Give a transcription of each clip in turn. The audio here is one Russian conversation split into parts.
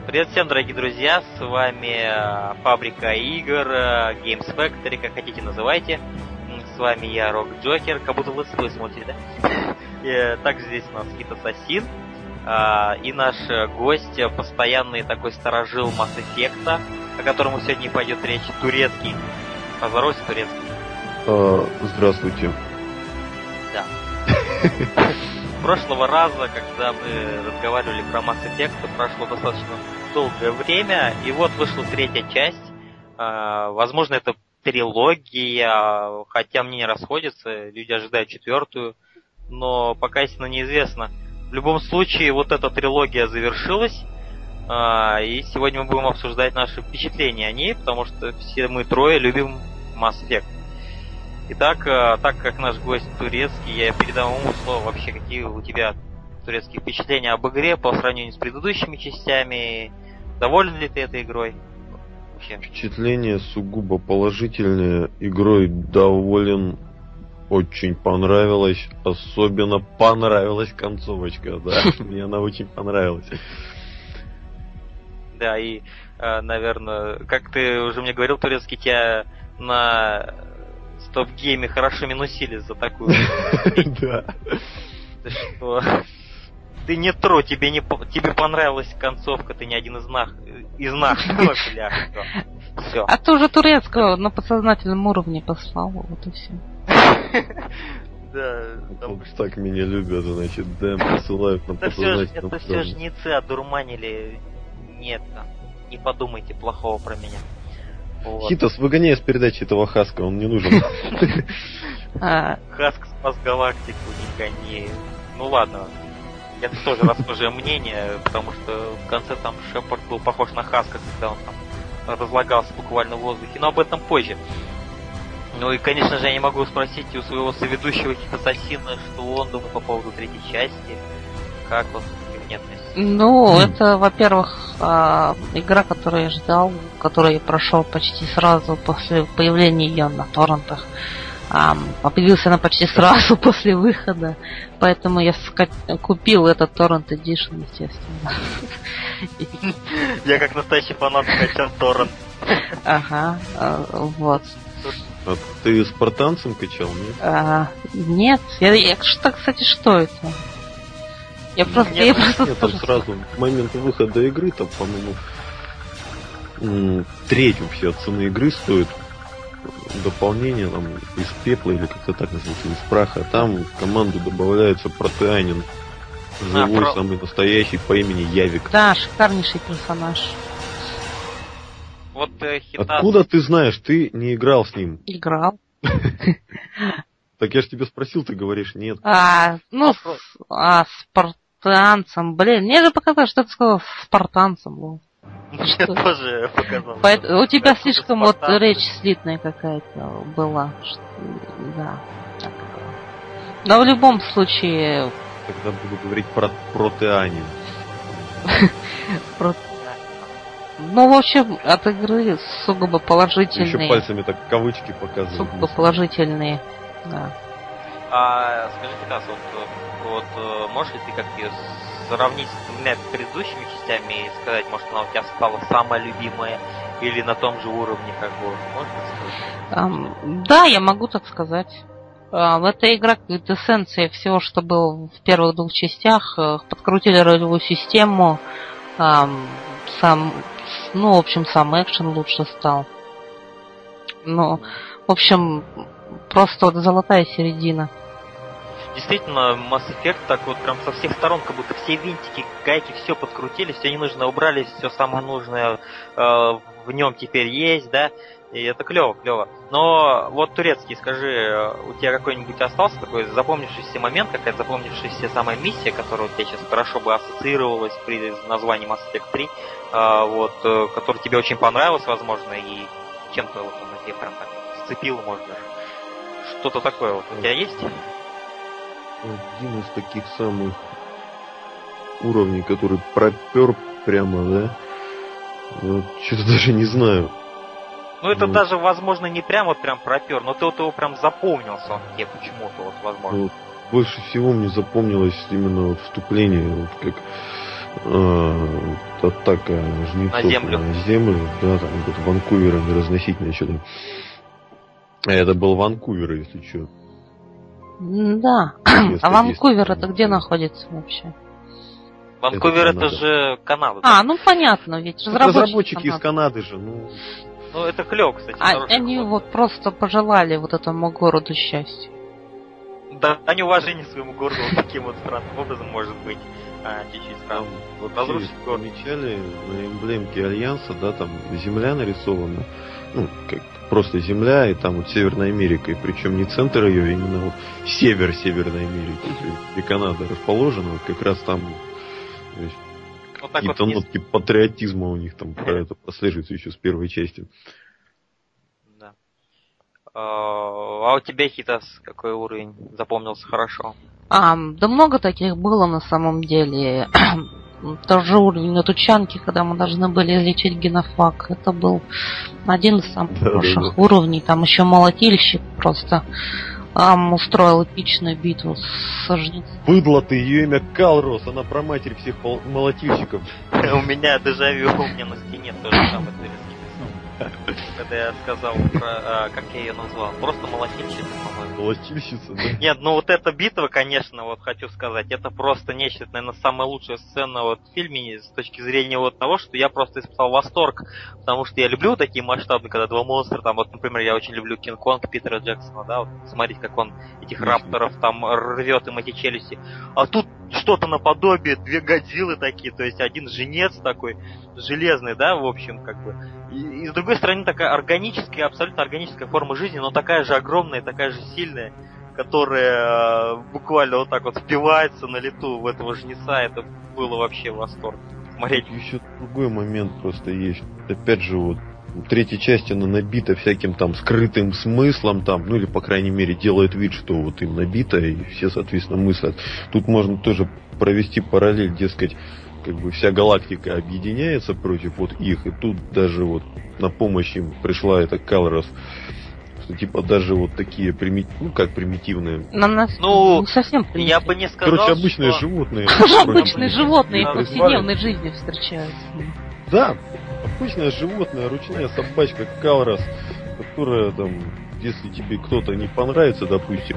Привет всем, дорогие друзья, с вами фабрика игр, Games Factory, как хотите называйте. С вами я, Рок Джокер, как будто вы смотрите, да? И также здесь у нас Хит Ассасин, и наш гость, постоянный такой старожил Mass Effect, о котором сегодня пойдет речь, турецкий. Поздоровайся, турецкий. Здравствуйте. Да. Прошлого раза, когда мы разговаривали про Mass Effect, прошло достаточно долгое время, и вот вышла третья часть. Возможно, это трилогия, хотя мнения расходятся, люди ожидают четвертую, но пока истинно неизвестно. В любом случае, вот эта трилогия завершилась, и сегодня мы будем обсуждать наши впечатления о ней, потому что все мы трое любим Mass Effect. Итак, так как наш гость турецкий, я передам ему слово. Вообще, какие у тебя турецкие впечатления об игре по сравнению с предыдущими частями? Доволен ли ты этой игрой? Вообще. Впечатления сугубо положительные. Игрой доволен. Очень понравилось. Особенно понравилась концовочка, да. Мне она очень понравилась. Да, и, наверное, как ты уже мне говорил, турецкий, тебя на стоп-гейме хорошо минусили за такую. Да. Что ты не тро, тебе понравилась концовка, ты не один из нас, бля. Все. А ты уже турецкого на подсознательном уровне послал, вот и все. Да. Так меня любят, значит, да, посылают на подсознательном уровне. Это все жнецы одурманили. Нет, не подумайте плохого про меня. Вот. Хитос, выгоняй с передачи этого Хаска, он не нужен. Хаск спас галактику, не гони. Ну ладно, это тоже расхожее мнение, потому что в конце там Шепард был похож на Хаска, когда он там разлагался буквально в воздухе, но об этом позже. Ну и, конечно же, я не могу спросить у своего соведущего Хит Ассасина, что он думает по поводу третьей части, как он к ней относится. Ну, это, во-первых, игра, которую я ждал, которую я прошел почти сразу после появления ее на торрентах. Появился она почти сразу после выхода, поэтому я купил этот торрент Edition, естественно. Я как настоящий фанат скачал торрент. Ага, вот. А ты спартанцем качал, нет? Нет, кстати, что это? Я просто... Нет, там сразу в момент выхода игры, там, по-моему, треть вообще от цены игры стоит дополнение там из пепла, или как-то так называется, из праха. Там в команду добавляется протеанин. Живой, самый настоящий, по имени Явик. Да, шикарнейший персонаж. Вот, Откуда ты знаешь? Ты не играл с ним. Играл. Так я ж тебя спросил, ты говоришь нет. Спартанцем, блин, мне же показалось, что ты сказал спартанцем был. Мне тоже показалось. У тебя слишком вот речь слитная какая-то была. Да, так. Но в любом случае... Тогда буду говорить про протеанин. Ну, в общем, от игры сугубо положительные. Еще пальцами так кавычки показывают. Сугубо положительные, да. Скажи, Хитас, вот можешь ли ты как ее сравнить с двумя предыдущими частями и сказать, может, она у тебя стала самая любимая или на том же уровне, как бы, можно сказать? Да, я могу так сказать. Эта игра эссенция всего, что было в первых двух частях. Подкрутили ролевую систему, сам экшен лучше стал. Ну, в общем, просто вот золотая середина. Действительно, Mass Effect так вот прям со всех сторон, как будто все винтики, гайки, все подкрутили, все ненужное убрали, все самое нужное в нем теперь есть, да, и это клево. Но вот, турецкий, скажи, у тебя какой-нибудь остался такой запомнившийся момент, какая-то запомнившаяся самая миссия, которая у тебя сейчас хорошо бы ассоциировалась при названии Mass Effect 3, которая тебе очень понравилась, возможно, и чем-то вот он тебе прям так сцепил, может даже. Что-то такое вот у тебя есть? Один из таких самых уровней, который пропер прямо, да? Вот, что-то даже не знаю. Ну это даже, возможно, не прям пропер, но ты вот его прям запомнился он тебе почему-то, вот, возможно. Вот, больше всего мне запомнилось именно вот вступление, вот как Атака жнецов на землю, да, там вот Ванкувера не разносить что-то. А это был Ванкувер, если что. Да. А Ванкувер это где находится вообще? Ванкувер это же Канада. А, ну понятно, ведь разработчики из Канады же, Ну это клево, кстати. Они вот просто пожелали вот этому городу счастья. Да, неуважение своему городу вот таким вот странным образом может быть. Чуть-чуть странно. Вот разрушить город. Помечали на эмблемке Альянса, да, там земля нарисована. Ну, как просто земля, и там вот Северная Америка, и причем не центр ее, именно вот север Северной Америки, где Канада расположена, вот как раз там вот какие-то вот нотки патриотизма у них там про это прослеживается еще с первой части. Да. А у тебя, Хитас, какой уровень запомнился хорошо? Да много таких было на самом деле. Тоже уровень от Учанки, когда мы должны были излечить генофаг. Это был один из самых хороших уровней. Там еще молотильщик просто устроил эпичную битву с жнецом. Быдло ты, ее имя Калрос, она про матерь всех молотильщиков. У меня дежавю, у меня на стене тоже самое написал. Когда я сказал про... как я ее назвал? Просто молотильщица, по-моему. Молотильщица, да? Нет, ну вот эта битва, конечно, вот хочу сказать, это просто нечто, наверное, самая лучшая сцена вот в фильме с точки зрения вот того, что я просто испытал восторг, потому что я люблю такие масштабные, когда два монстра, там вот, например, я очень люблю Кинг-Конг Питера Джексона, да, вот смотрите, как он этих рапторов там рвет им эти челюсти, а тут что-то наподобие, две Годзиллы такие, то есть один жнец такой, железный, да, в общем, как бы, и с другой стороны такая органическая, абсолютно органическая форма жизни, но такая же огромная, такая же сильная, которая буквально вот так вот впивается на лету в этого жнеца, это было вообще восторг. Смотреть. Еще другой момент просто есть, опять же вот, в третьей части она набита всяким там скрытым смыслом, там, ну или по крайней мере делает вид, что вот им набито, и все, соответственно, мыслят. Тут можно тоже провести параллель, дескать, как бы вся галактика объединяется против вот их, и тут даже вот на помощь им пришла эта Калрос, что типа даже вот такие примитивные. Ну, совсем примитивные. Я бы не сказал, короче, обычные животные. Обычные животные в повседневной жизни встречаются. Да, обычное животное, ручная собачка Калрос, которая там, если тебе кто-то не понравится, допустим,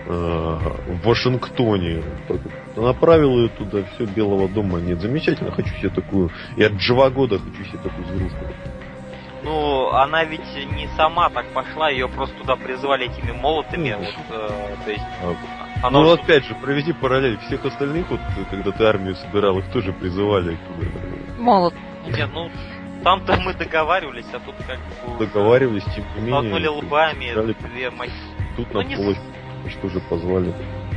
в Вашингтоне, направил ее туда, все, Белого дома нет. Замечательно, хочу себе такую, и от Дживагода хочу себе такую зверушку. Ну, она ведь не сама так пошла, ее просто туда призвали этими молотами, то есть... Ну, опять же, проведи параллель. Всех остальных, вот, когда ты армию собирал, их тоже призывали туда. Молот. Нет, ну, там-то мы договаривались, а тут как бы... Договаривались, тем не менее... Столкнули лбами, две мои... Тут на полочку тоже позвали.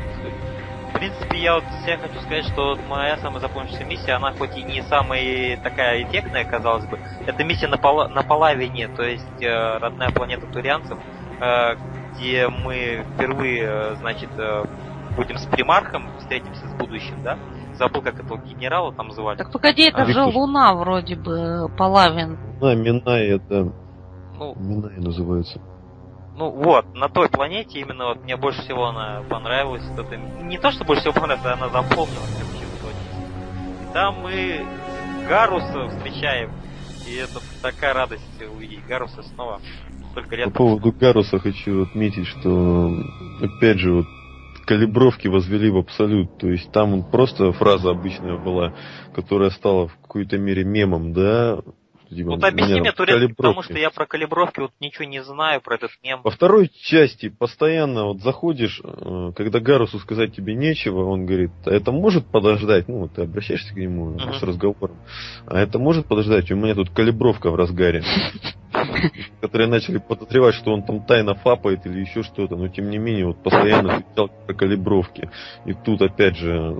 В принципе, я вот себе хочу сказать, что моя самая запомнившаяся миссия, она хоть и не самая такая эффектная, казалось бы, это миссия на Палавине, то есть родная планета турианцев, где мы впервые, значит, будем с примархом, встретимся с будущим, да? Забыл, как этого генерала там звали. Так погоди, это же Луна вроде бы, Палавин. Луна, Минай, это... Минай называется. Ну вот, на той планете именно вот мне больше всего она понравилась. Это не то, что больше всего понравилось, она запомнилась вообще. И там мы Гаруса встречаем. И это такая радость увидеть Гаруса снова. Столько лет. По поводу Гаруса хочу отметить, что опять же вот калибровки возвели в абсолют. То есть там просто фраза обычная была, которая стала в какой-то мере мемом, да. Вот объясни мне, Турецкий, потому что я про калибровки вот ничего не знаю, про этот мем. Во второй части постоянно вот заходишь, когда Гарусу сказать тебе нечего, он говорит, а это может подождать? Ну, ты обращаешься к нему с разговором. А это может подождать? У меня тут калибровка в разгаре. Которые начали подозревать, что он там тайно фапает или еще что-то, но тем не менее вот постоянно кричал про калибровки. И тут опять же...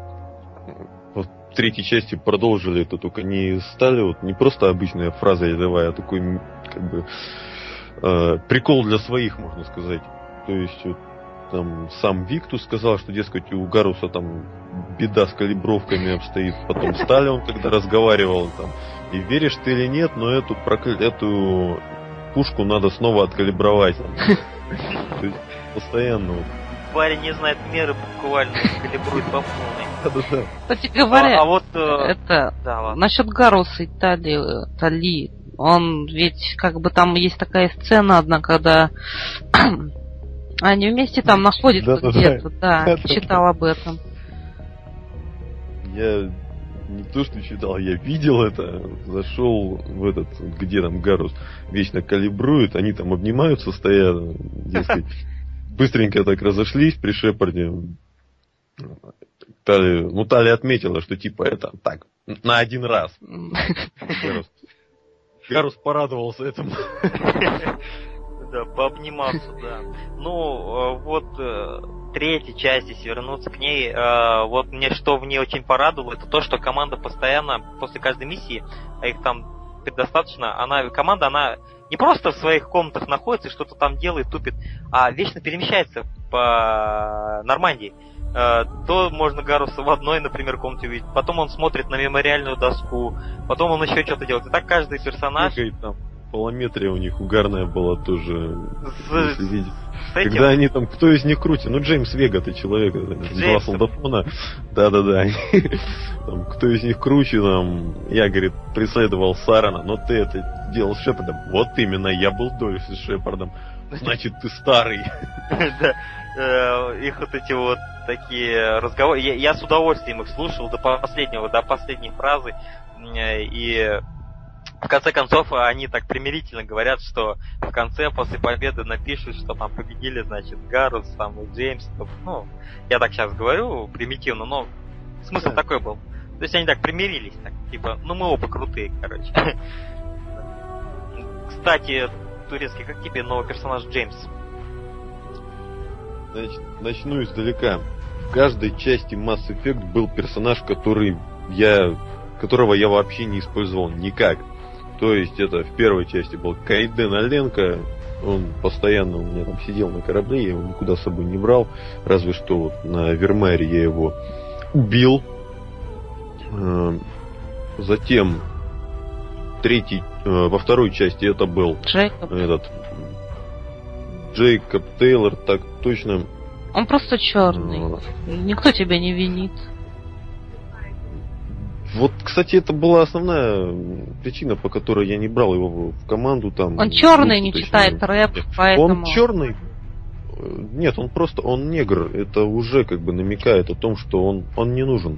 В третьей части продолжили это, только не стали вот не просто обычная фраза рядовая, а такой как бы прикол для своих, можно сказать. То есть вот, там сам Виктус сказал, что, дескать, у Гаруса там беда с калибровками обстоит. Потом Сталин, когда разговаривал там, и веришь ты или нет, но эту пушку надо снова откалибровать. То есть постоянно вот парень не знает меры, буквально калибрует по полной. Кстати говоря, вот это да, ладно. насчет Гаруса и Тали, он ведь как бы там есть такая сцена одна, когда они вместе там находятся где-то, да, читал об этом. Я не то что читал, я видел это, зашел в этот, где там Гарус вечно калибрует, они там обнимаются, стоят, дескать, быстренько так разошлись при Шепарде. Тали отметила, что типа это так, на один раз. Гарус порадовался этому. Да, пообнимался, да. Ну, вот третья часть, если вернуться к ней, вот мне что в ней очень порадовало, это то, что команда постоянно после каждой миссии, а их там предостаточно, команда, она не просто в своих комнатах находится и что-то там делает, тупит, а вечно перемещается по Нормандии. То можно Гаруса в одной, например, комнате увидеть, потом он смотрит на мемориальную доску, потом он еще что-то делает. И так каждый персонаж... Там полометрия у них угарная была тоже, если видеть. Когда они там, кто из них крутит? Ну, Джеймс Вега, ты человек, два солдафона. Да-да-да. Там, кто из них круче, там, я, говорит, преследовал Сарана, но ты это делал с Шепардом. Вот именно, я был дольше с Шепардом. Значит, ты старый. Да. Их вот эти вот такие разговоры. Я с удовольствием их слушал до последней фразы. И в конце концов, они так примирительно говорят, что в конце, после победы, напишут, что там победили, значит, Гарус, там, и Джеймс. Ну, я так сейчас говорю, примитивно, но смысл такой был. То есть они так примирились, так, типа, ну мы оба крутые, короче. Кстати, турецкий, как тебе новый персонаж Джеймс? Значит, начну издалека. В каждой части Mass Effect был персонаж, которого я вообще не использовал никак. То есть это в первой части был Кайден Оленко. Он постоянно у меня там сидел на корабле, я его никуда с собой не брал. Разве что вот на Вермайре я его убил. Затем во второй части это был Джейкоб Тейлор, так точно. Он просто черный. Никто тебя не винит. Вот, кстати, это была основная причина, по которой я не брал его в команду. Там, он черный, не читает рэп, поэтому... Он черный? Нет, он негр. Это уже как бы намекает о том, что он не нужен.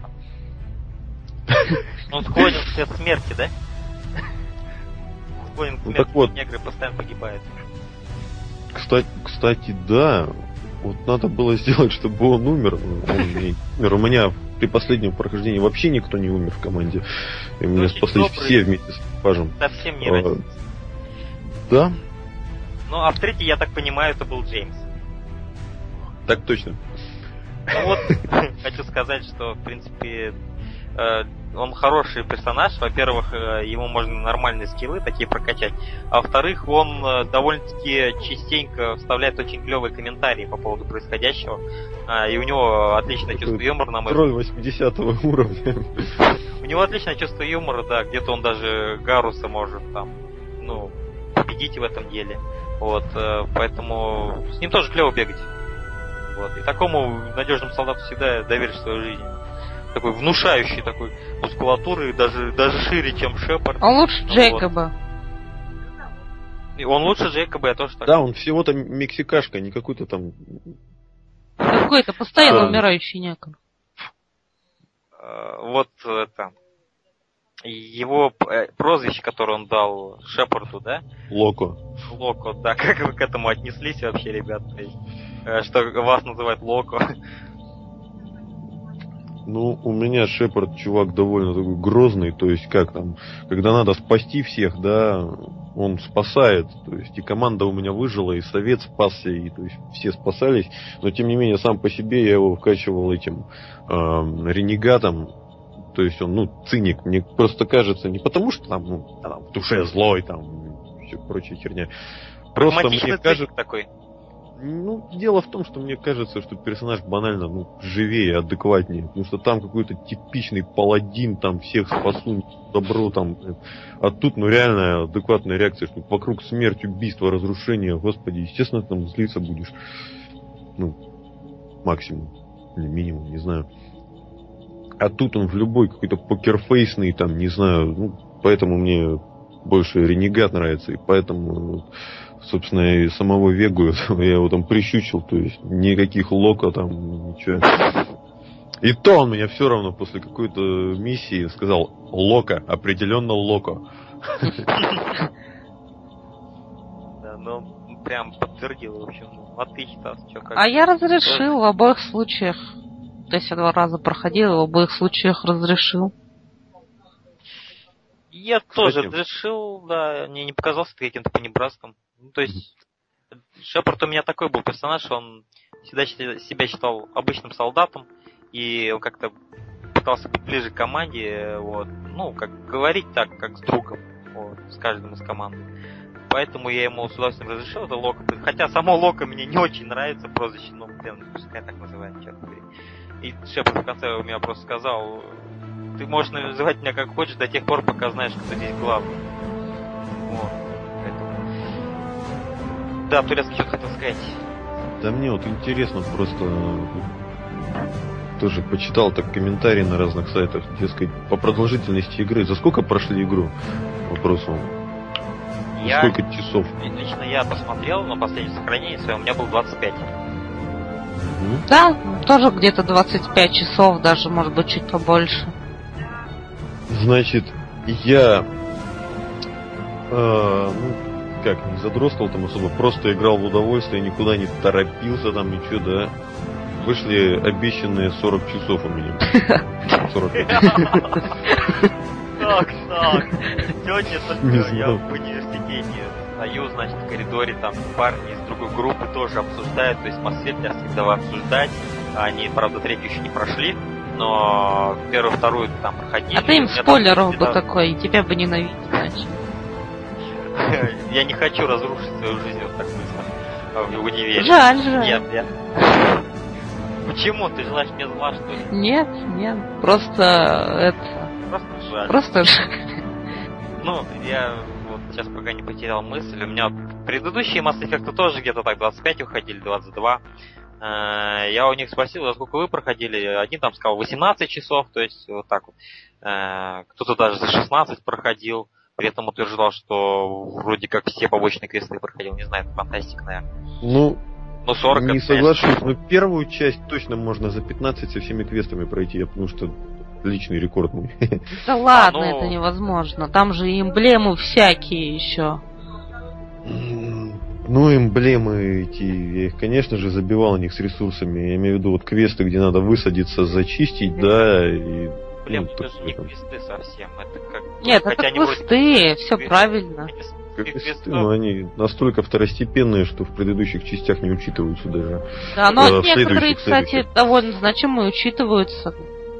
Он склонен к смерти, да? Склонен к смерти, так вот, негры постоянно погибают. Кстати, да. Вот надо было сделать, чтобы он умер. У меня при последнем прохождении вообще никто не умер в команде. И меня спаслись все вместе с экипажем. Совсем не разница. Да. Ну, а в третьей, я так понимаю, это был Джеймс. Так точно. Ну вот, хочу сказать, что, в принципе, он хороший персонаж. Во-первых, ему можно нормальные скиллы такие прокачать. А во-вторых, он довольно-таки частенько вставляет очень клевые комментарии по поводу происходящего. И у него отличное чувство юмора, на мой взгляд. Тролль 80 уровня. У него отличное чувство юмора, да. Где-то он даже Гаруса может там, ну, победить в этом деле. Вот, поэтому с ним тоже клево бегать. Вот. И такому надежному солдату всегда доверишь свою жизнь. Такой внушающий такой мускулатуры, даже шире, чем Шепард. Он лучше Джейкоба. И он лучше Джейкоба, я тоже так. Да, он всего-то мексикашка, не какой-то там... Какой-то постоянно умирающий некор. Вот это... Его прозвище, которое он дал Шепарду, да? Локо, да. Как вы к этому отнеслись вообще, ребят? Что вас называют Локо? Ну, у меня Шепард чувак довольно такой грозный, то есть как там, когда надо спасти всех, да, он спасает, то есть и команда у меня выжила, и совет спасся, и то есть все спасались, но тем не менее сам по себе я его вкачивал этим ренегатом, то есть он, ну, циник, мне просто кажется, не потому что там, ну, в душе злой, там, все прочая херня, просто мне кажется... такой. Ну, дело в том, что мне кажется, что персонаж банально, ну, живее, адекватнее. Потому что там какой-то типичный паладин, там всех спасу, добро там. А тут, ну, реальная адекватная реакция, что вокруг смерть, убийство, разрушение. Господи, естественно, там злиться будешь. Ну, максимум. Или минимум, не знаю. А тут он в любой какой-то покерфейсный, там, не знаю, ну, поэтому мне больше Ренегат нравится, и поэтому, собственно, и самого Вегу я его там прищучил, то есть никаких лока там, ничего. И то он меня все равно после какой-то миссии сказал: лока, определенно лока. Да, ну, прям подтвердил, в общем, отлично. А я разрешил в обоих случаях. То есть я 2 раза проходил, в обоих случаях разрешил. Я тоже разрешил, да, мне не показался каким-то понебратством. Ну, то есть, Шепард у меня такой был персонаж, он всегда себя считал обычным солдатом, и он как-то пытался быть ближе к команде, вот, ну, как говорить так, как с другом, вот, с каждым из команды. Поэтому я ему с удовольствием разрешил это Лока. Хотя само Лока мне не очень нравится, прозвище, ну, блин, пускай так называют, черт побери. И Шепард в конце у меня просто сказал: ты можешь называть меня как хочешь до тех пор, пока знаешь, кто здесь главный. Вот. Да, турецкий что-то хотел сказать. Да мне вот интересно просто... Тоже почитал так комментарии на разных сайтах, дескать, по продолжительности игры. За сколько прошли игру? Вопрос вам. Сколько часов? Лично я посмотрел на последнем сохранении своем, у меня было 25. Да, тоже где-то 25 часов, даже, может быть, чуть побольше. Значит, я... не задростал там особо, просто играл в удовольствие, никуда не торопился там, ничего, да. Вышли обещанные 40 часов у меня. 45. Так. Тетя, я в университете стою, значит, в коридоре, там парни из другой группы тоже обсуждают, то есть Mass Effect я всегда обсуждать. Они, правда, 3-ю еще не прошли, но 1-ю, 2-ю там проходили. А ты им спойлеров бы такой, и тебя бы ненавидеть начали. Я не хочу разрушить свою жизнь вот так быстро в универе. Жаль. Нет. Почему? Ты желаешь мне зла, что ли? Нет, просто жаль. Просто жаль. Ну, я вот сейчас пока не потерял мысль. У меня предыдущие Mass Effect тоже где-то так 25 уходили, 22. Я у них спросил, за сколько вы проходили. Один там сказал 18 часов, то есть вот так вот. Кто-то даже за 16 проходил. При этом утверждал, что вроде как все побочные квесты проходил. Не знаю, это фантастика, наверное. Ну 40, не соглашусь, но первую часть точно можно за 15 со всеми квестами пройти, потому что личный рекорд мой. Да ладно, это невозможно. Там же эмблемы всякие еще. Ну, эмблемы эти, я их, конечно же, забивал на них с ресурсами. Я имею в виду вот квесты, где надо высадиться, зачистить, да, и... Блин, это же не квесты совсем, это как... Нет, это квесты, все правильно. Квесты, но они настолько второстепенные, что в предыдущих частях не учитываются даже. Да, но некоторые, кстати, довольно значимые учитываются.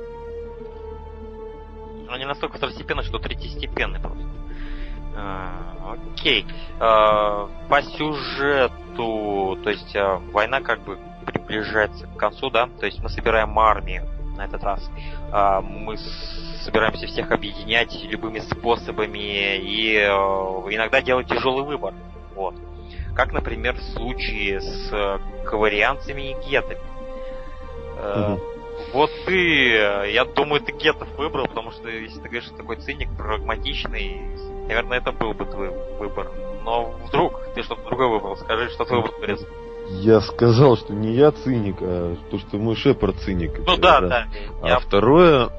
Они настолько второстепенные, что третьестепенные просто. Окей. По сюжету, то есть война как бы приближается к концу, да? То есть мы собираем армию на этот раз. Мы собираемся всех объединять любыми способами и иногда делать тяжелый выбор. Вот. Как, например, в случае с каварианцами и гетами. Вот ты, я думаю, ты гетов выбрал, потому что если ты говоришь, что такой циник, прагматичный, наверное, это был бы твой выбор. Но вдруг ты что-то другое выбрал, скажи, что ты выбрал, Турец. Я сказал, что не я циник, а то, что мой Шепард циник. Ну да. А второе,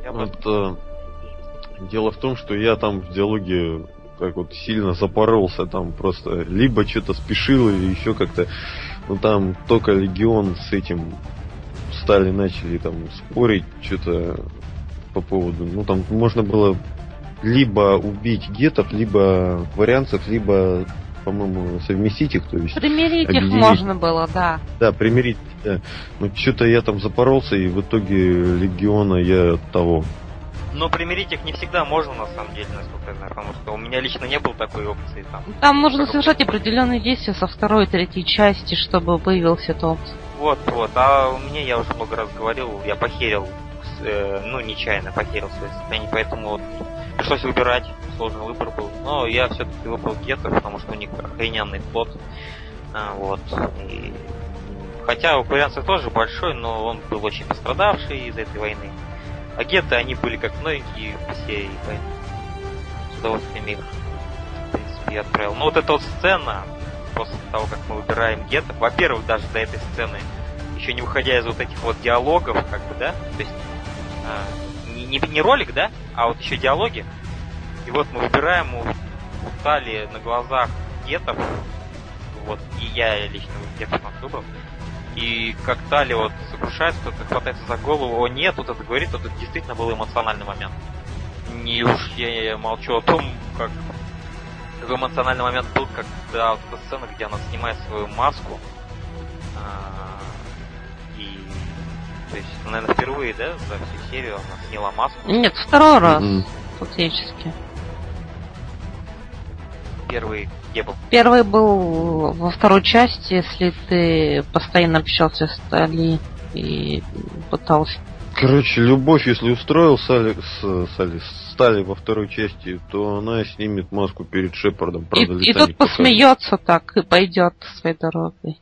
дело в том, что я там в диалоге так вот сильно запоролся, там просто либо что-то спешил, или еще как-то, ну там только Легион с этим начали там спорить что-то по поводу, ну там можно было либо убить гетов, либо вариантов, либо, по-моему, совместить их, то есть примирить их можно было, да. Да, примирить, да. Но что-то я там запоролся, и в итоге Легиона я того. Но примирить их не всегда можно, на самом деле, насколько я знаю, потому что у меня лично не было такой опции. Там нужно совершать определенные действия со 2-й, 3-й части, чтобы появился эта опция. Вот. А у меня, я уже много раз говорил, я похерил, нечаянно похерил свое состояние, поэтому вот пришлось выбирать, сложный выбор был. Но я все-таки выбрал гетов, потому что у них охрененный флот. Вот. И Хотя у Брянцев тоже большой, но он был очень пострадавший из этой войны. А гетто, они были как новенькие все, и поэтому с удовольствием их, в принципе, я отправил. Но вот эта вот сцена, после того, как мы выбираем гетто, во-первых, даже до этой сцены, еще не выходя из вот этих вот диалогов, как бы, да, то есть не ролик, да, а вот еще диалоги. И вот мы выбираем у Тали на глазах геттов, вот, и я лично геттов выбрал. И как Тали вот сокрушается, кто-то хватается за голову, о нет, вот это говорит, вот это действительно был эмоциональный момент. Не уж я молчу о том, как какой эмоциональный момент был, когда вот эта сцена, где она снимает свою маску, и то есть, наверное, впервые, да, за всю серию она сняла маску. Нет, второй раз, фактически. Первый где был? Первый был во второй части, если ты постоянно общался с Тали и пытался. Короче, любовь, если устроил Стали во второй части, то она снимет маску перед Шепардом. Правда, и тут посмеется так и пойдет своей дорогой.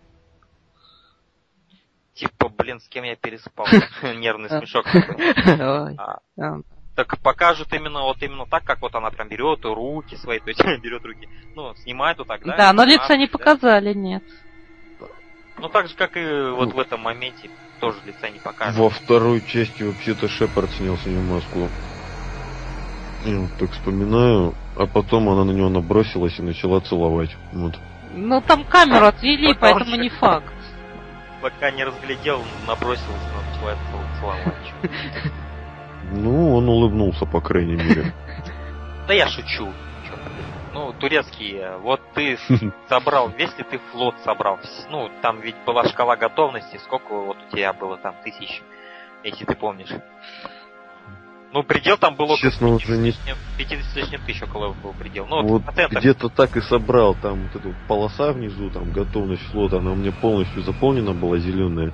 Типа, блин, с кем я переспал? Нервный смешок такой. Так покажут именно так, как вот она прям берет руки свои, то есть берет руки, ну, снимает вот так, да? Да, но лица не показали, нет. Ну, так же, как и вот в этом моменте, тоже лица не показывают. Во второй части вообще-то Шепард снял с нее маску. Я вот так вспоминаю, а потом она на него набросилась и начала целовать. Вот. Ну, там камеру отвели, поэтому не факт. Пока не разглядел, набросилась, начала целовать. Ну, он улыбнулся, по крайней мере. Да я шучу. Ну, турецкие, вот ты собрал, весь ли ты флот собрал? Ну, там ведь была шкала готовности, сколько вот у тебя было там тысяч, если ты помнишь. Ну, предел там было честно, около уже не... 50 с лишним тысяч около был предел. Ну, вот где-то так и собрал, там вот эта полоса внизу, там готовность флота, она у меня полностью заполнена была, зеленая.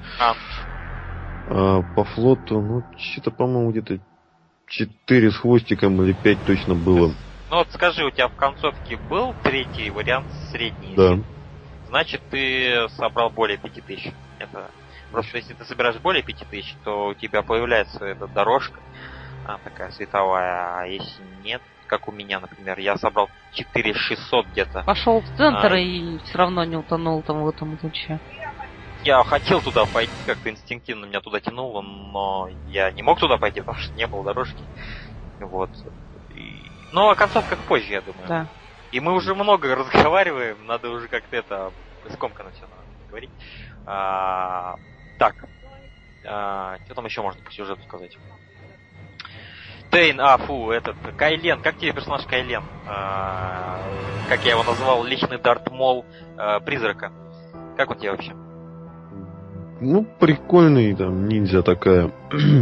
А по флоту, ну, что-то, по-моему, где-то 4 с хвостиком или 5 точно было. Ну вот скажи, у тебя в концовке был третий вариант средний? Да. Значит, ты собрал более 5000. Это просто если ты собираешь более 5000, то у тебя появляется эта дорожка, такая световая, а если нет, как у меня, например, я собрал 4600 где-то. Пошел в центр и все равно не утонул там в этом луче. Я хотел туда пойти, как-то инстинктивно меня туда тянуло, но я не мог туда пойти, потому что не было дорожки. Вот. Ну, а концовка позже, я думаю. Да. И мы уже много разговариваем, надо уже как-то это скомканно все говорить. Так. Что там еще можно по сюжету сказать? Тейн, Кайлен. Как тебе персонаж Кайлен? Как я его назвал, личный Дарт Мол призрака. Как он тебе вообще? Ну, прикольный там ниндзя такая.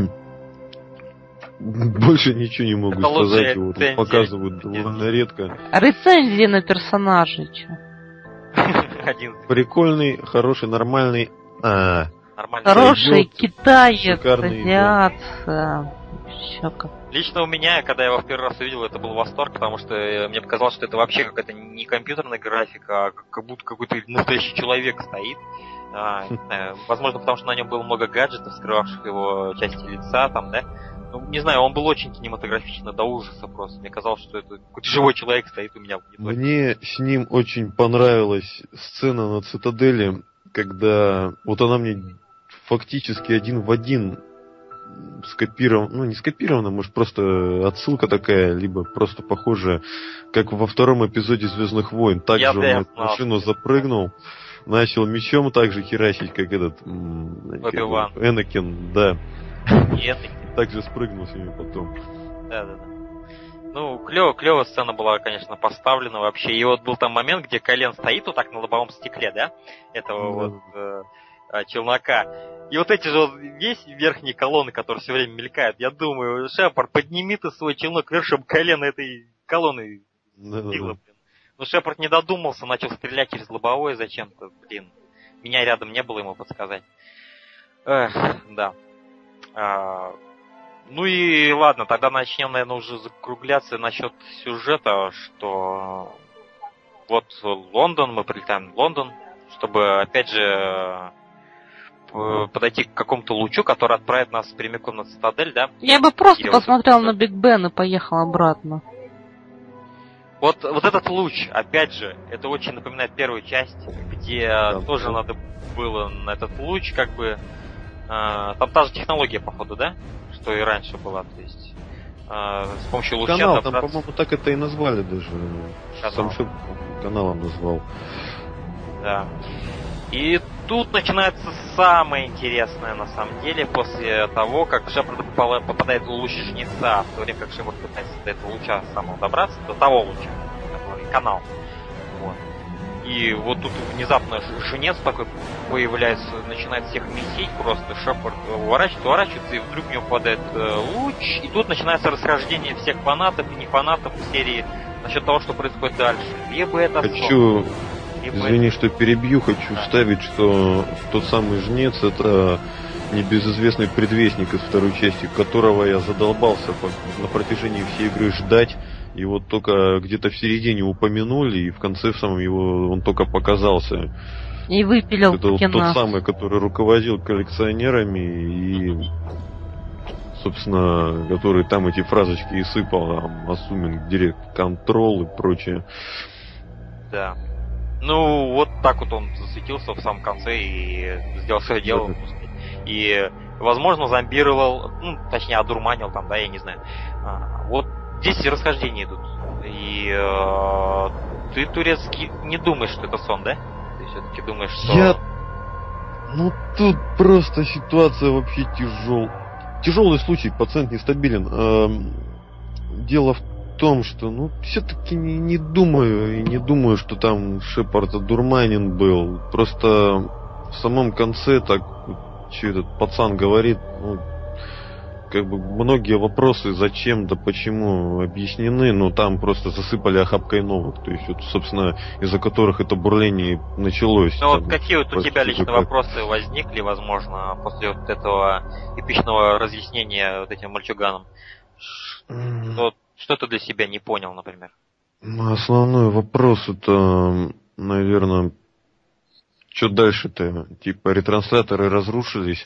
Больше ничего не могу сказать, его тут показывают довольно редко. Рецензии на персонажей, чё? Прикольный, хороший, нормальный. Хороший китаец, шикарный, азиат. Да. Лично у меня, когда я его в первый раз увидел, это был восторг, потому что мне показалось, что это вообще какая-то не компьютерная графика, а как будто какой-то настоящий человек стоит. Возможно, потому что на нем было много гаджетов, скрывавших его части лица, там, да? Ну, не знаю, он был очень кинематографичный до ужаса просто. Мне казалось, что это какой-то живой человек стоит у меня в мониторе. Мне с ним очень понравилась сцена на Цитадели, когда вот она мне фактически один в один скопирована, ну не скопирована, может просто отсылка такая, либо просто похожая, как во втором эпизоде «Звездных войн». Также он на машину запрыгнул, начал мечом так же херачить, как этот Энакин, да. Также спрыгнул с ними потом. Да. Ну, клевая сцена была, конечно, поставлена вообще. И вот был там момент, где Кайлен стоит вот так на лобовом стекле, да? Этого вот челнока. И вот эти же вот весь верхние колонны, которые все время мелькают, я думаю, Шепард, подними ты свой челнок вверх, чтобы Кайлен этой колонной сбила, блин. Но Шепард не додумался, начал стрелять через лобовое зачем-то, блин. Меня рядом не было ему подсказать. Эх, да. Ну и ладно, тогда начнем, наверное, уже закругляться насчет сюжета, что вот Лондон, мы прилетаем в Лондон, чтобы, опять же, подойти к какому-то лучу, который отправит нас прямиком на цитадель, да? Я бы просто Или посмотрел на Биг Бен и поехал обратно. Вот этот луч, опять же, это очень напоминает первую часть, где тоже надо было на этот луч, как бы... там та же технология, походу, да? Что и раньше была, то есть... с помощью луча канал, добраться... там, по-моему, так это и назвали даже. Сам шеф каналом назвал. Да. И тут начинается самое интересное, на самом деле, после того, как Шепард попадает в луч жнеца, в то время как Шепард пытается до этого луча самого добраться, до того луча, который канал. Вот. И вот тут внезапно жнец такой появляется, начинает всех месить просто, Шепард уворачивается, и вдруг в него попадает луч, и тут начинается расхождение всех фанатов и не фанатов в серии насчет того, что происходит дальше. Либо это Хочу... Извини, что перебью, хочу вставить, что тот самый жнец — это небезызвестный предвестник из второй части, которого я задолбался на протяжении всей игры ждать. И вот только где-то в середине упомянули, и в конце самом он только показался. И выпилил это тот самый, который руководил коллекционерами и, собственно, который там эти фразочки и сыпал, assuming direct control и прочее. Да. Ну, вот так вот он засветился в самом конце и сделал свое дело. И, возможно, зомбировал, ну, точнее, одурманил там, да, я не знаю. Вот здесь расхождения идут. И ты, Турецкий, не думаешь, что это сон, да? Ты все-таки думаешь, что... Ну, тут просто ситуация вообще тяжелый случай, пациент нестабилен. Дело в том, что, ну, все-таки не думаю, что там Шепард одурманен был. Просто в самом конце так, что этот пацан говорит, ну, как бы многие вопросы зачем да почему объяснены, но там просто засыпали охапкой новых. То есть, вот, собственно, из-за которых это бурление началось. Ну вот какие вот у тебя лично вопросы возникли, возможно, после вот этого эпичного разъяснения вот этим мальчуганом? Что ты для себя не понял, например? Основной вопрос это, наверное, что дальше-то? Типа ретрансляторы разрушились,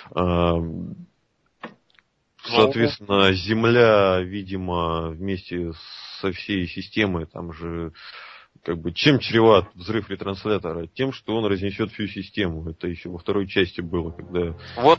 соответственно, Земля, видимо, вместе со всей системой, там же, как бы, чем чреват взрыв ретранслятора? Тем, что он разнесет всю систему. Это еще во второй части было, когда... Вот...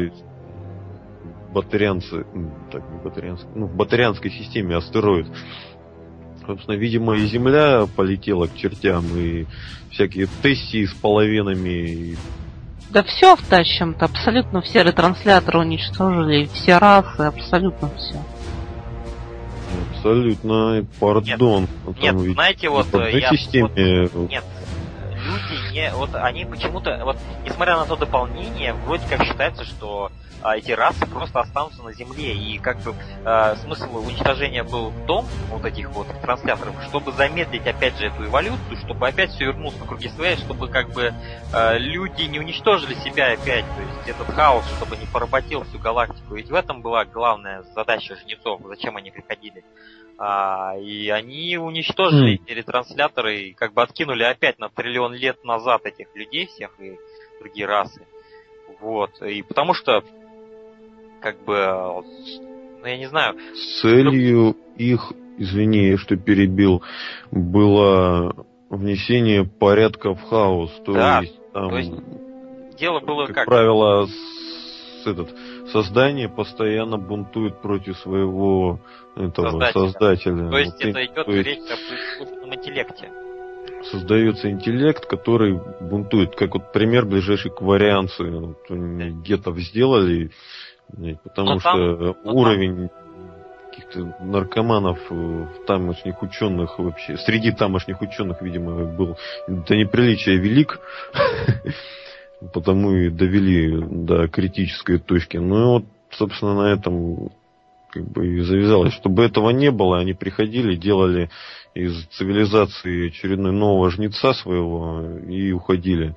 в батарианской системе астероид. Собственно, видимо, и Земля полетела к чертям, и всякие Тессии с половинами. Да все втащим-то, абсолютно все ретрансляторы уничтожили, все расы, абсолютно все. Абсолютно, пардон. Нет, знаете, вот я... системе... Нет, люди не... Вот они почему-то... Вот, несмотря на то дополнение, вроде как считается, что эти расы просто останутся на Земле. И как бы смысл уничтожения был в том, вот этих вот трансляторов, чтобы замедлить опять же эту эволюцию, чтобы опять все вернулось на круги своя, чтобы как бы люди не уничтожили себя опять. То есть этот хаос, чтобы не поработил всю галактику. Ведь в этом была главная задача жнецов, зачем они приходили. И они уничтожили эти ретрансляторы и как бы откинули опять на триллион лет назад этих людей всех и другие расы. Вот. И потому что как бы, ну я не знаю. Целью их, извини, что перебил, было внесение порядка в хаос. То есть, там, то есть дело было как правило, создание постоянно бунтует против своего создателя. То есть это идет речь об искусственном интеллекте. Создается интеллект, который бунтует. Как вот пример ближайший к варианции. Вот, гетов сделали, потому что уровень каких-то наркоманов тамошних ученых вообще, среди тамошних ученых, видимо, был до неприличия велик, потому и довели до критической точки. Ну и вот, собственно, на этом как бы и завязалось. Чтобы этого не было, они приходили, делали из цивилизации очередной нового жнеца своего и уходили.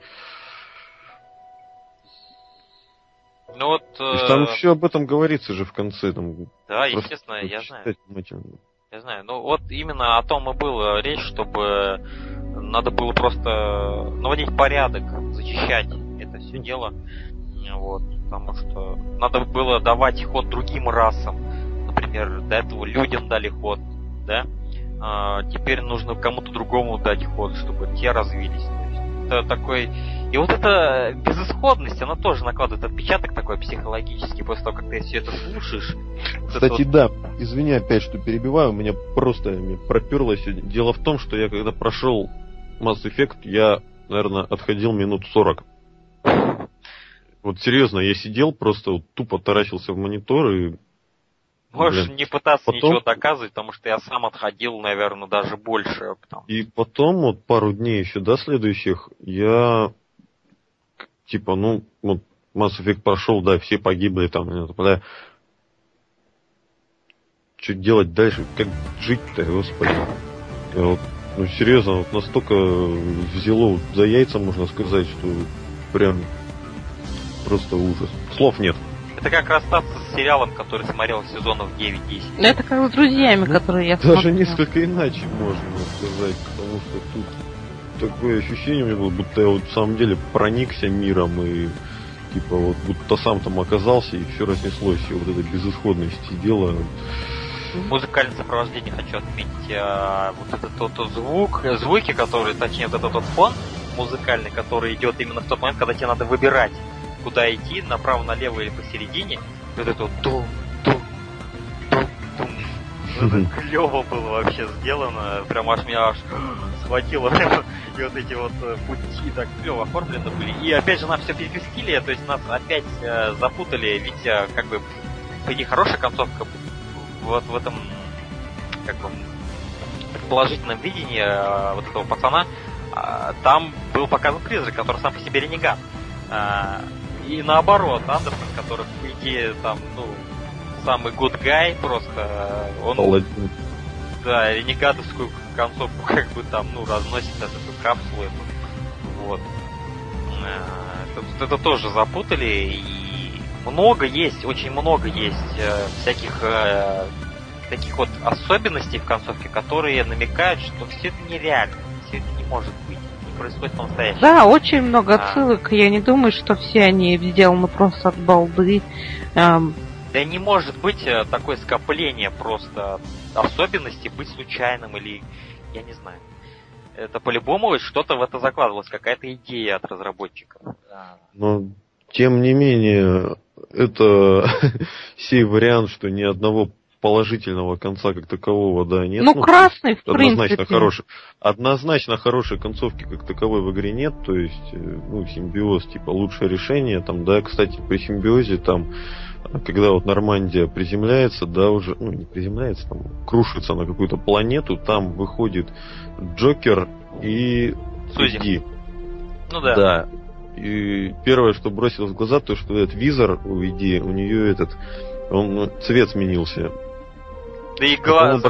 Ну вот... Там все об этом говорится же в конце. Там да, естественно, я знаю. Я знаю. Ну вот именно о том и была речь, чтобы надо было просто наводить порядок, зачищать это все дело. Вот, потому что надо было давать ход другим расам. Например, до этого людям дали ход, да? Теперь нужно кому-то другому дать ход, чтобы те развились. Это такой... И вот эта безысходность, она тоже накладывает отпечаток такой психологический, после того, как ты все это слушаешь. Кстати, да, извини опять, что перебиваю, меня проперло сегодня. Дело в том, что я когда прошел Mass Effect, я, наверное, отходил минут 40. Вот серьезно, я сидел, просто вот тупо таращился в монитор и... Можешь не пытаться ничего доказывать, потому что я сам отходил, наверное, даже больше. И потом, вот пару дней еще до следующих, я типа, ну, вот Mass Effect прошел, да, все погибли там, бля. Что делать дальше? Как жить-то, господи? Вот, ну, серьезно, вот настолько взяло за яйца, можно сказать, что прям просто ужас. Слов нет. Это как расстаться с сериалом, который смотрел сезонов 9-10. Это как с друзьями, которые я смотрела. Даже несколько иначе можно сказать, потому что тут такое ощущение у меня было, будто я вот в самом деле проникся миром и типа вот будто сам там оказался и все разнеслось, и вот этой безысходности дела. Музыкальное сопровождение хочу отметить. Вот этот звуки, которые, точнее, вот этот фон музыкальный, который идет именно в тот момент, когда тебе надо выбирать, куда идти, направо, налево или посередине. Вот это вот это клево было вообще сделано. Прям аж меня схватило. И вот эти вот пути так клево оформлены были. И опять же нам все перекрестили, то есть нас опять запутали, ведь как бы по идее хорошая концовка вот в этом как бы положительном видении вот этого пацана. Там был показан призрак, который сам по себе ренегат. И наоборот, Андерсон, который, по идее, там, ну, самый good guy просто, он, да, ренегатовскую концовку, как бы там, ну, разносит эту капсулу. Вот. Это тоже запутали, и много есть, очень много есть всяких таких вот особенностей в концовке, которые намекают, что все это нереально, все это не может быть. Происходит по-настоящему. Да, очень много отсылок. Я не думаю, что все они сделаны просто от балды. Да не может быть такое скопление просто особенностей быть случайным или я не знаю. Это по-любому что-то в это закладывалось, какая-то идея от разработчиков. Но тем не менее, это сей вариант, что ни одного положительного конца как такового, да, нет. Ну, красный, в принципе. Однозначно хорошей концовки как таковой в игре нет, то есть, ну, симбиоз, типа, лучшее решение, там, да, кстати, при симбиозе, там, когда вот Нормандия приземляется, да, уже, ну, не приземляется, там, крушится на какую-то планету, там выходит Джокер и Сузи. Ну да. Да. И первое, что бросилось в глаза, то, что этот визор у Иди, у нее он цвет сменился. Да и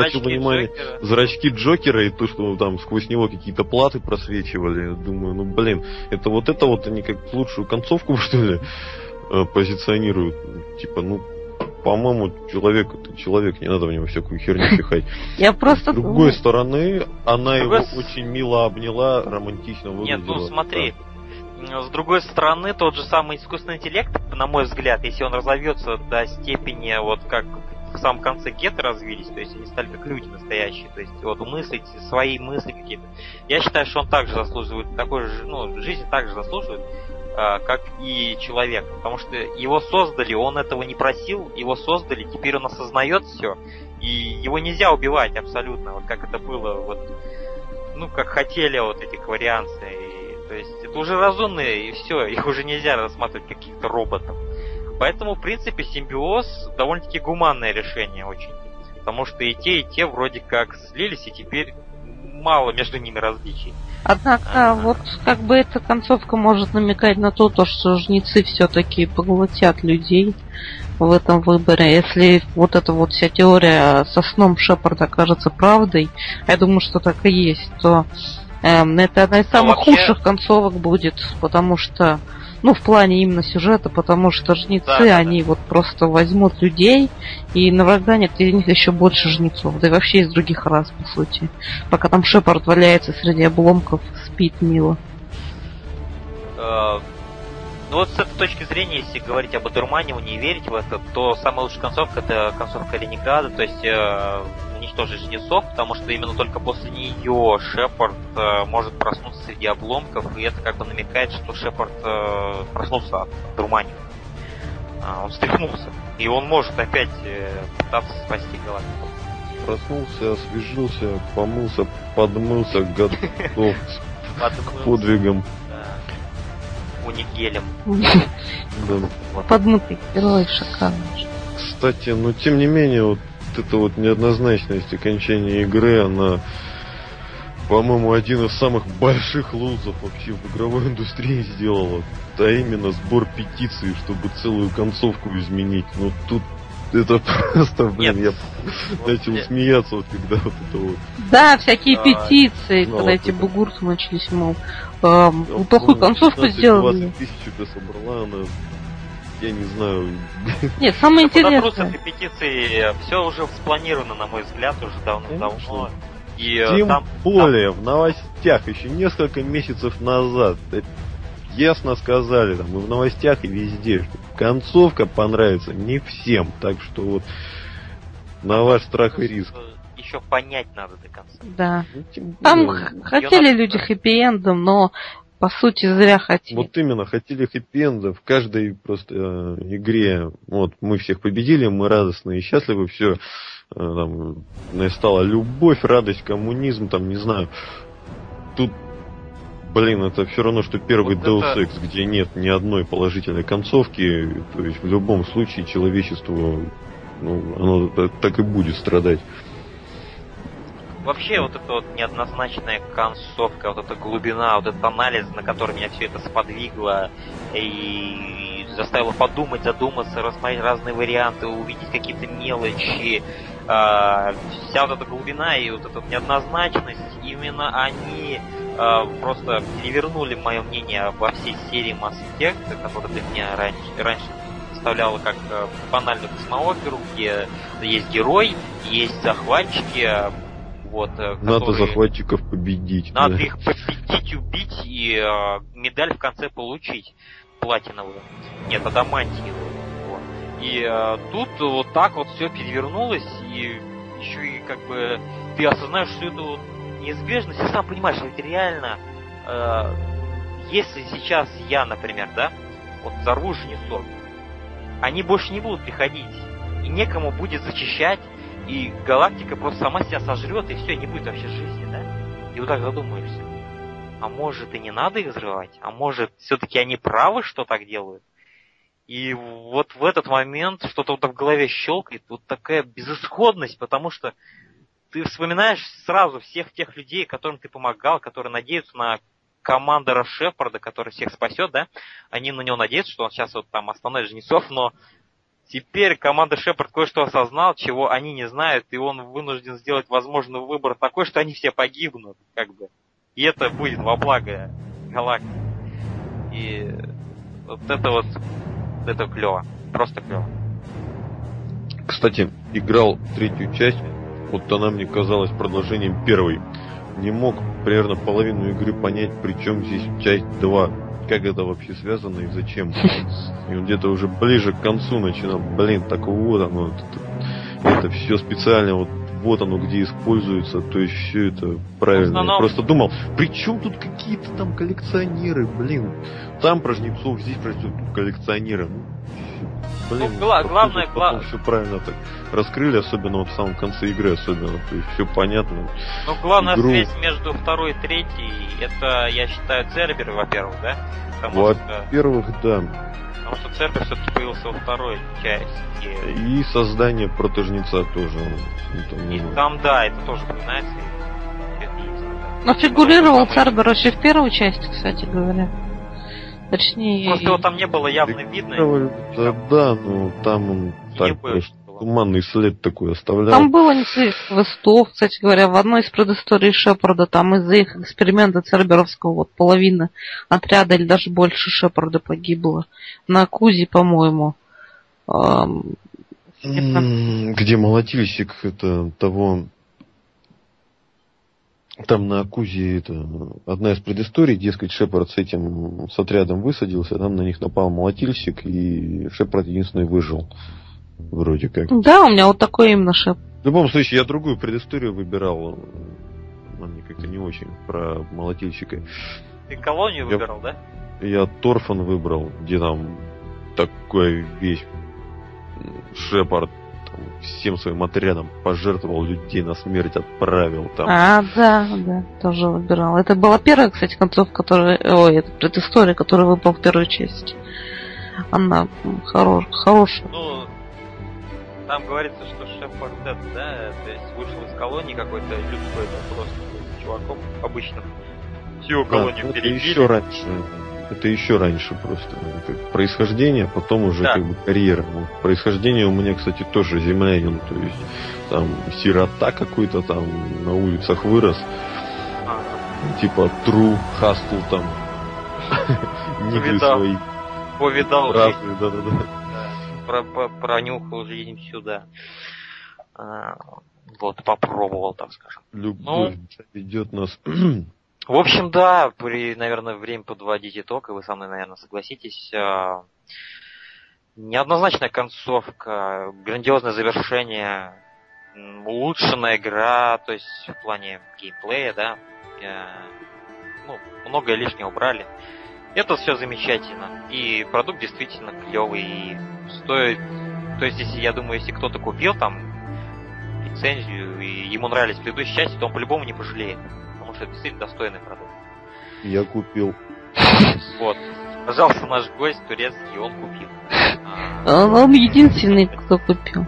зрачки Джокера и то, что там сквозь него какие-то платы просвечивали. Думаю, ну блин, это вот они как лучшую концовку, что ли, позиционируют. Типа, ну, по-моему, человек, не надо в него всякую херню пихать. Я просто... С другой стороны, она его очень мило обняла, романтично выглядела. Нет, ну смотри. С другой стороны, тот же самый искусственный интеллект, на мой взгляд, если он разовьется до степени, вот как в самом конце гетто развились, то есть они стали как люди настоящие, то есть вот мыслить свои мысли какие-то. Я считаю, что он также заслуживает такой же, ну, жизнь также заслуживает, как и человек, потому что его создали, он этого не просил, его создали, теперь он осознает все, и его нельзя убивать абсолютно, вот как это было, вот, ну, как хотели вот эти кварианцы. То есть это уже разумные, и все, их уже нельзя рассматривать как каких-то роботов. Поэтому, в принципе, симбиоз довольно-таки гуманное решение очень. Потому что и те вроде как слились, и теперь мало между ними различий. Однако, вот как бы эта концовка может намекать на то, что жнецы все-таки поглотят людей в этом выборе. Если вот эта вот вся теория со сном Шепарда окажется правдой, я думаю, что так и есть, то это одна из самых худших концовок будет, потому что, ну, в плане именно сюжета, потому что жнецы, они вот просто возьмут людей и навраганят из них еще больше жнецов, да и вообще из других рас, по сути. Пока там Шепард валяется среди обломков, спит мило. Ну вот с этой точки зрения, если говорить об одурманивании и верить в это, то самая лучшая концовка — это концовка Ренегада, то есть уничтожить жнецов, потому что именно только после нее Шепард может проснуться среди обломков, и это как бы намекает, что Шепард проснулся от одурманивания. Он встряхнулся, и он может опять пытаться спасти галактику. Проснулся, освежился, помылся, подмылся, готов к подвигам. Унигелем. Да. Подмытый герой шикарный. Кстати, но тем не менее, вот эта вот неоднозначность окончания игры, она, по-моему, один из самых больших лузов вообще в игровой индустрии сделала. А именно сбор петиций, чтобы целую концовку изменить. Но тут это просто, блин, я начал смеяться, вот когда вот это вот. Да, всякие петиции, когда эти бугурты начались, мол, плохую концовку сделали. 20 тысяч это собрала, она, я не знаю. Нет, самое интересное. Под этой петиции все уже спланировано, на мой взгляд, уже давно. И тем более в новостях еще несколько месяцев назад ясно сказали, там, и в новостях, и везде, что концовка понравится не всем. Так что вот на ваш страх и риск. Еще понять надо до конца. Да. Там хотели люди хэппи-эндом, но по сути зря хотели. Вот именно, хотели хэппи-энда в каждой просто игре. Вот мы всех победили, мы радостны и счастливы, все. Там настала любовь, радость, коммунизм, там, не знаю. Тут, блин, это все равно, что первый вот Deus Ex, где нет ни одной положительной концовки. То есть в любом случае человечество, ну, оно так и будет страдать. Вообще, вот эта вот неоднозначная концовка, вот эта глубина, вот этот анализ, на который меня все это сподвигло и заставило подумать, задуматься, рассмотреть разные варианты, увидеть какие-то мелочи, вся вот эта глубина и вот эта вот неоднозначность, именно они просто перевернули мое мнение обо всей серии Mass Effect, которая для меня раньше представляла как банальную космооперу, где есть герой, есть захватчики. Вот, надо захватчиков победить. Надо их победить, убить и медаль в конце получить. Платиновую. Нет, адамантиевую. Вот. И тут вот так вот все перевернулось, и еще и как бы ты осознаешь, что это вот неизбежность, и сам понимаешь, что это реально, если сейчас я, например, да, вот взорву жнецов, они больше не будут приходить, и некому будет зачищать, и галактика просто сама себя сожрет, и все, не будет вообще жизни, да? И вот так задумаешься. А может и не надо их взрывать? А может все-таки они правы, что так делают? И вот в этот момент что-то вот в голове щелкает, вот такая безысходность, потому что ты вспоминаешь сразу всех тех людей, которым ты помогал, которые надеются на командора Шепарда, который всех спасет, да? Они на него надеются, что он сейчас вот там остановит жнецов, но теперь команда Шепард кое-что осознал, чего они не знают, и он вынужден сделать возможный выбор такой, что они все погибнут, как бы. И это будет во благо галактики. И вот это клево. Просто клево. Кстати, играл третью часть, вот она мне казалась продолжением первой. Не мог примерно половину игры понять, при чем здесь часть 2. Как это вообще связано и зачем. И он где-то уже ближе к концу начинал, блин, так вот оно, это все специально, вот оно где используется, то есть все это правильно. Я просто думал, при чем тут какие-то там коллекционеры, блин, там про жнецов, здесь про тут коллекционеры. Блин, главное, все правильно так раскрыли, особенно вот в самом конце игры, особенно, то есть все понятно. Ну, главная связь между второй и третьей, это, я считаю, Цербер, во-первых, да? Во-первых, да. Потому что Цербер все-таки появился во второй части. И создание протожнеца тоже. И там, да, это тоже упоминается. Но фигурировал Цербер еще в первой части, кстати говоря. Точнее... Просто его там не было явно видно. Да, ну там он так просто туманный след такой оставлял. Там было несколько квестов, кстати говоря, в одной из предысторий Шепарда, там из-за их эксперимента церберовского вот половина отряда или даже больше Шепарда погибло. На Кузе, по-моему. Где молотильщик это того... Там на Акузе это одна из предысторий, дескать, Шепард с отрядом высадился, там на них напал молотильщик, и Шепард единственный выжил. Вроде как. Да, у меня вот такой именно Шепард. В любом случае, я другую предысторию выбирал. Она мне как-то не очень про молотильщика. Ты колонию выбирал, да? Я Торфан выбрал, где там такой весь Шепард всем своим отрядом пожертвовал, людей на смерть отправил там. Да, тоже выбирал. Это была первая, кстати, концовка, это предыстория, которая выпала в первой части. Она хорошая. Ну, там говорится, что Шепард, да, то есть вышел из колонии какой-то людской, просто чуваком обычным. Всю колонию перебили. Это еще раньше просто. Происхождение, потом уже как бы карьера. Происхождение у меня, кстати, тоже землянин. То есть там сирота какой-то там на улицах вырос. Типа Тру, Хастл там. Нигры свои. Повидал разные, да. Пронюхал жизнь сюда. Вот, попробовал, так скажем. Любовь ведет нас. В общем, да, наверное, время подводить итог, и вы со мной, наверное, согласитесь. Неоднозначная концовка, грандиозное завершение, улучшенная игра, то есть в плане геймплея, да. Многое лишнее убрали. Это все замечательно. И продукт действительно клевый. И стоит. То есть, если, я думаю, если кто-то купил там лицензию, и ему нравились предыдущие части, то он по-любому не пожалеет. Потому что это действительно достойный продукт. Я купил. Вот. Пожалуйста, наш гость турецкий, он купил. Он единственный, кто купил.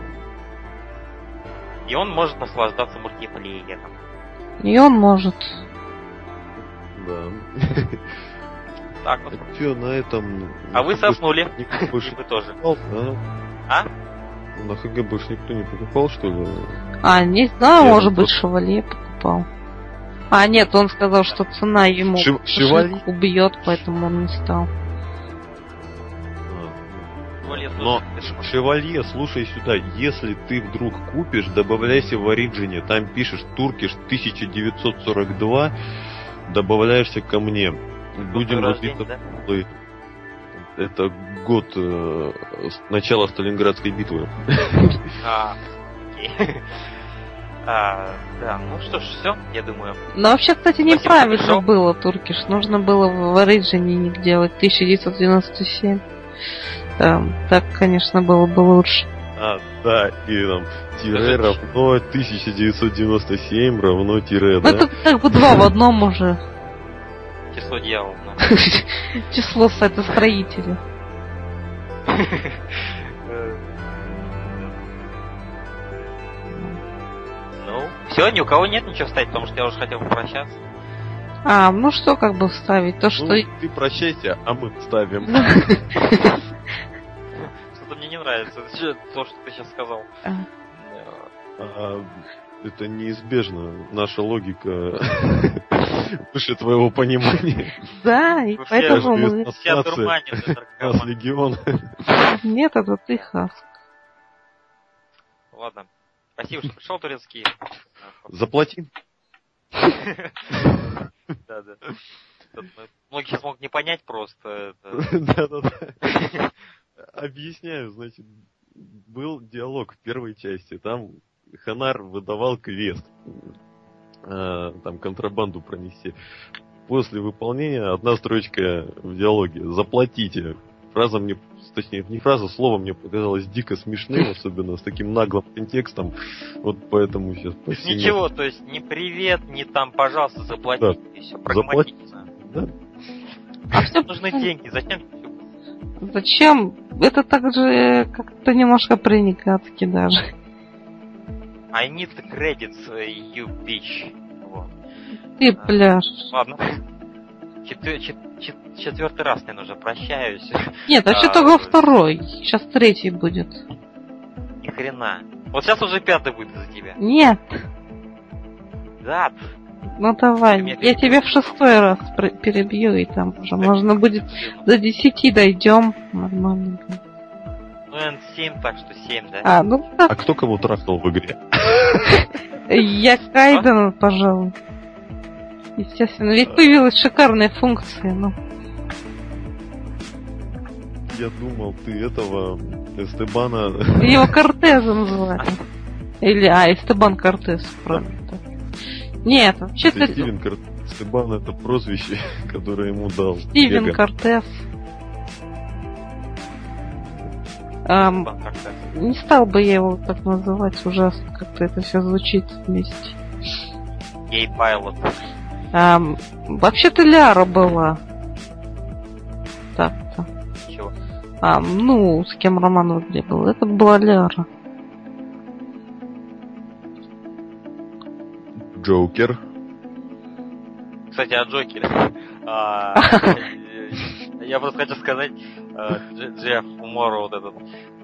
И он может наслаждаться мультиплеером. И он может. Да. Так вот. Все, на этом... А вы соснули. Вы тоже. А? На ХГ больше никто не покупал, что ли? Не знаю, может быть, Шевалье покупал. Нет, он сказал, что цена ему убьет, поэтому он не стал. Но, Шевалье, слушай сюда, если ты вдруг купишь, добавляйся в Ориджине, там пишешь Туркиш 1942, добавляешься ко мне. Будем рубиться. Да? Это год начала Сталинградской битвы. Окей. Да, ну что ж, все, я думаю. Но вообще, кстати, неправильно было, Туркиш. Нужно было в Ориджине делать 1997. Так, конечно, было бы лучше. Да, и там тире равно 1997 равно тире, да? Это как бы два в одном уже. Число дьявола. Число сайтостроителя. Все, ни у кого нет ничего вставить, потому что я уже хотел попрощаться. Ну что как бы вставить? То, что... Ты прощайся, а мы вставим. Что-то мне не нравится, то, что ты сейчас сказал. Это неизбежно. Наша логика выше твоего понимания. Да, и поэтому мы... Все одурманены, нас легион. Нет, это ты, Хаск. Ладно. Спасибо, что пришел, турецкий. Заплати. Да. Многие сейчас могут не понять просто. Да. Объясняю, значит, был диалог в первой части. Там Ханар выдавал квест. Там контрабанду пронести. После выполнения одна строчка в диалоге. Заплатите. Фраза мне, точнее, не фраза, слово мне показалось дико смешным, особенно с таким наглым контекстом. Вот поэтому сейчас спасибо. Ничего, то есть не привет, не там, пожалуйста, заплатите. Да. И все прагматично. Да. А всем нужны деньги, зачем? Зачем? Это так же как-то немножко проникатски даже. I need the credits, you bitch. Вот. Ты пляж. Ладно. Четвертый раз, наверное, уже прощаюсь. Нет, вообще только второй. Сейчас третий будет. Ни хрена. Вот сейчас уже пятый будет из-за тебя. Нет. Да. Ну давай, я тебе в 6-й раз перебью, и там уже можно будет до 10 дойдем. Нормально. Ну, N7, так что 7, да? Ну так. А кто кого трахнул в игре? Я Кайден, пожалуй. Естественно, ведь появилась шикарная функция, ну. Я думал, ты этого Эстебана... Его Кортеза называли. Или, Эстебан Кортес, правильно. Нет, вообще-то... Стивен Эстебан — это прозвище, которое ему дал Стивен Вега. Кортес. Не стал бы я его так называть, ужасно как-то это все звучит вместе. Гей Пайлот. Вообще-то Ляра была. Так-то. Чего? Ну, с кем роман где был? Это была Ляра. Джокер. Кстати, о Джокере. Я просто хочу сказать, Джефф Морро вот этот,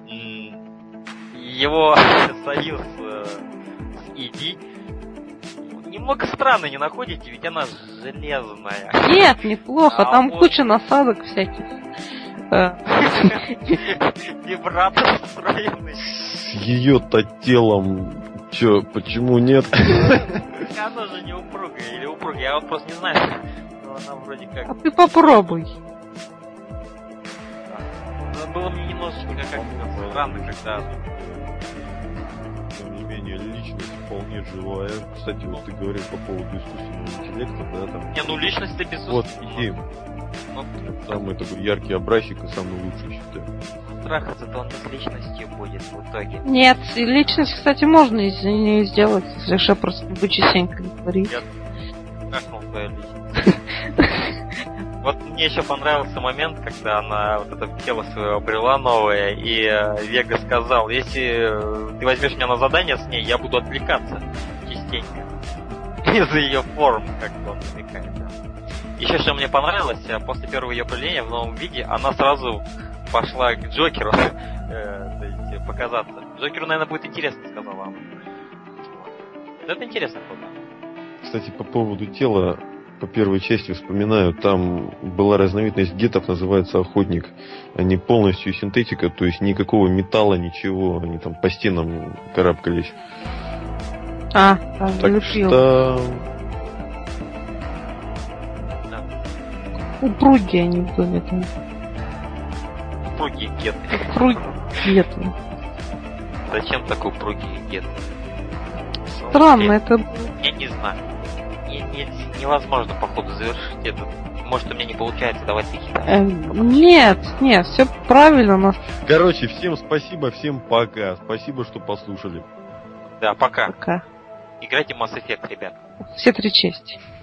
его союз с Иди немного странно, не находите? Ведь она железная. Нет, неплохо, там куча насадок всяких. Вибратор встроенный. С ее-то телом... Чё, почему нет? Она же не упругая или упругая, я вот просто не знаю. Но она вроде как... А ты попробуй. Было мне немножечко как-то странно, когда... Тем не менее, личность вполне живая. Кстати, вот ты говорил по поводу искусственного интеллекта, да, там... Не, ну личность-то безусловно. Вот, иди. Самый такой яркий образчик и самый лучший, считаю. Трахаться-то он не с личностью будет в итоге. Нет, и личность, кстати, можно из нее сделать, если Шепард не будет частенько говорить. Я трахнул свою личность. Вот мне еще понравился момент, когда она вот это тело свое обрела новое, и Вега сказал, если ты возьмешь меня на задание с ней, я буду отвлекаться частенько. Из-за ее форм, как бы он намекает. Еще что мне понравилось, после первого ее появления в новом виде, она сразу пошла к Джокеру то есть, показаться. Джокеру, наверное, будет интересно, сказала она. Вот это интересно было. Кстати, по поводу тела, по первой части вспоминаю, там была разновидность гетов, называется охотник. Они полностью синтетика, то есть никакого металла, ничего, они там по стенам карабкались. Так что... Упругие они были там. Упругие геты. Упругие геты. Зачем такой упругие геты? Странно, это... Я не знаю. Невозможно, походу, завершить это. Может, у меня не получается давать какие-то... Нет, все правильно. Короче, всем спасибо, всем пока. Спасибо, что послушали. Да, пока. Пока. Играйте в Mass Effect, ребят. Все 3 части.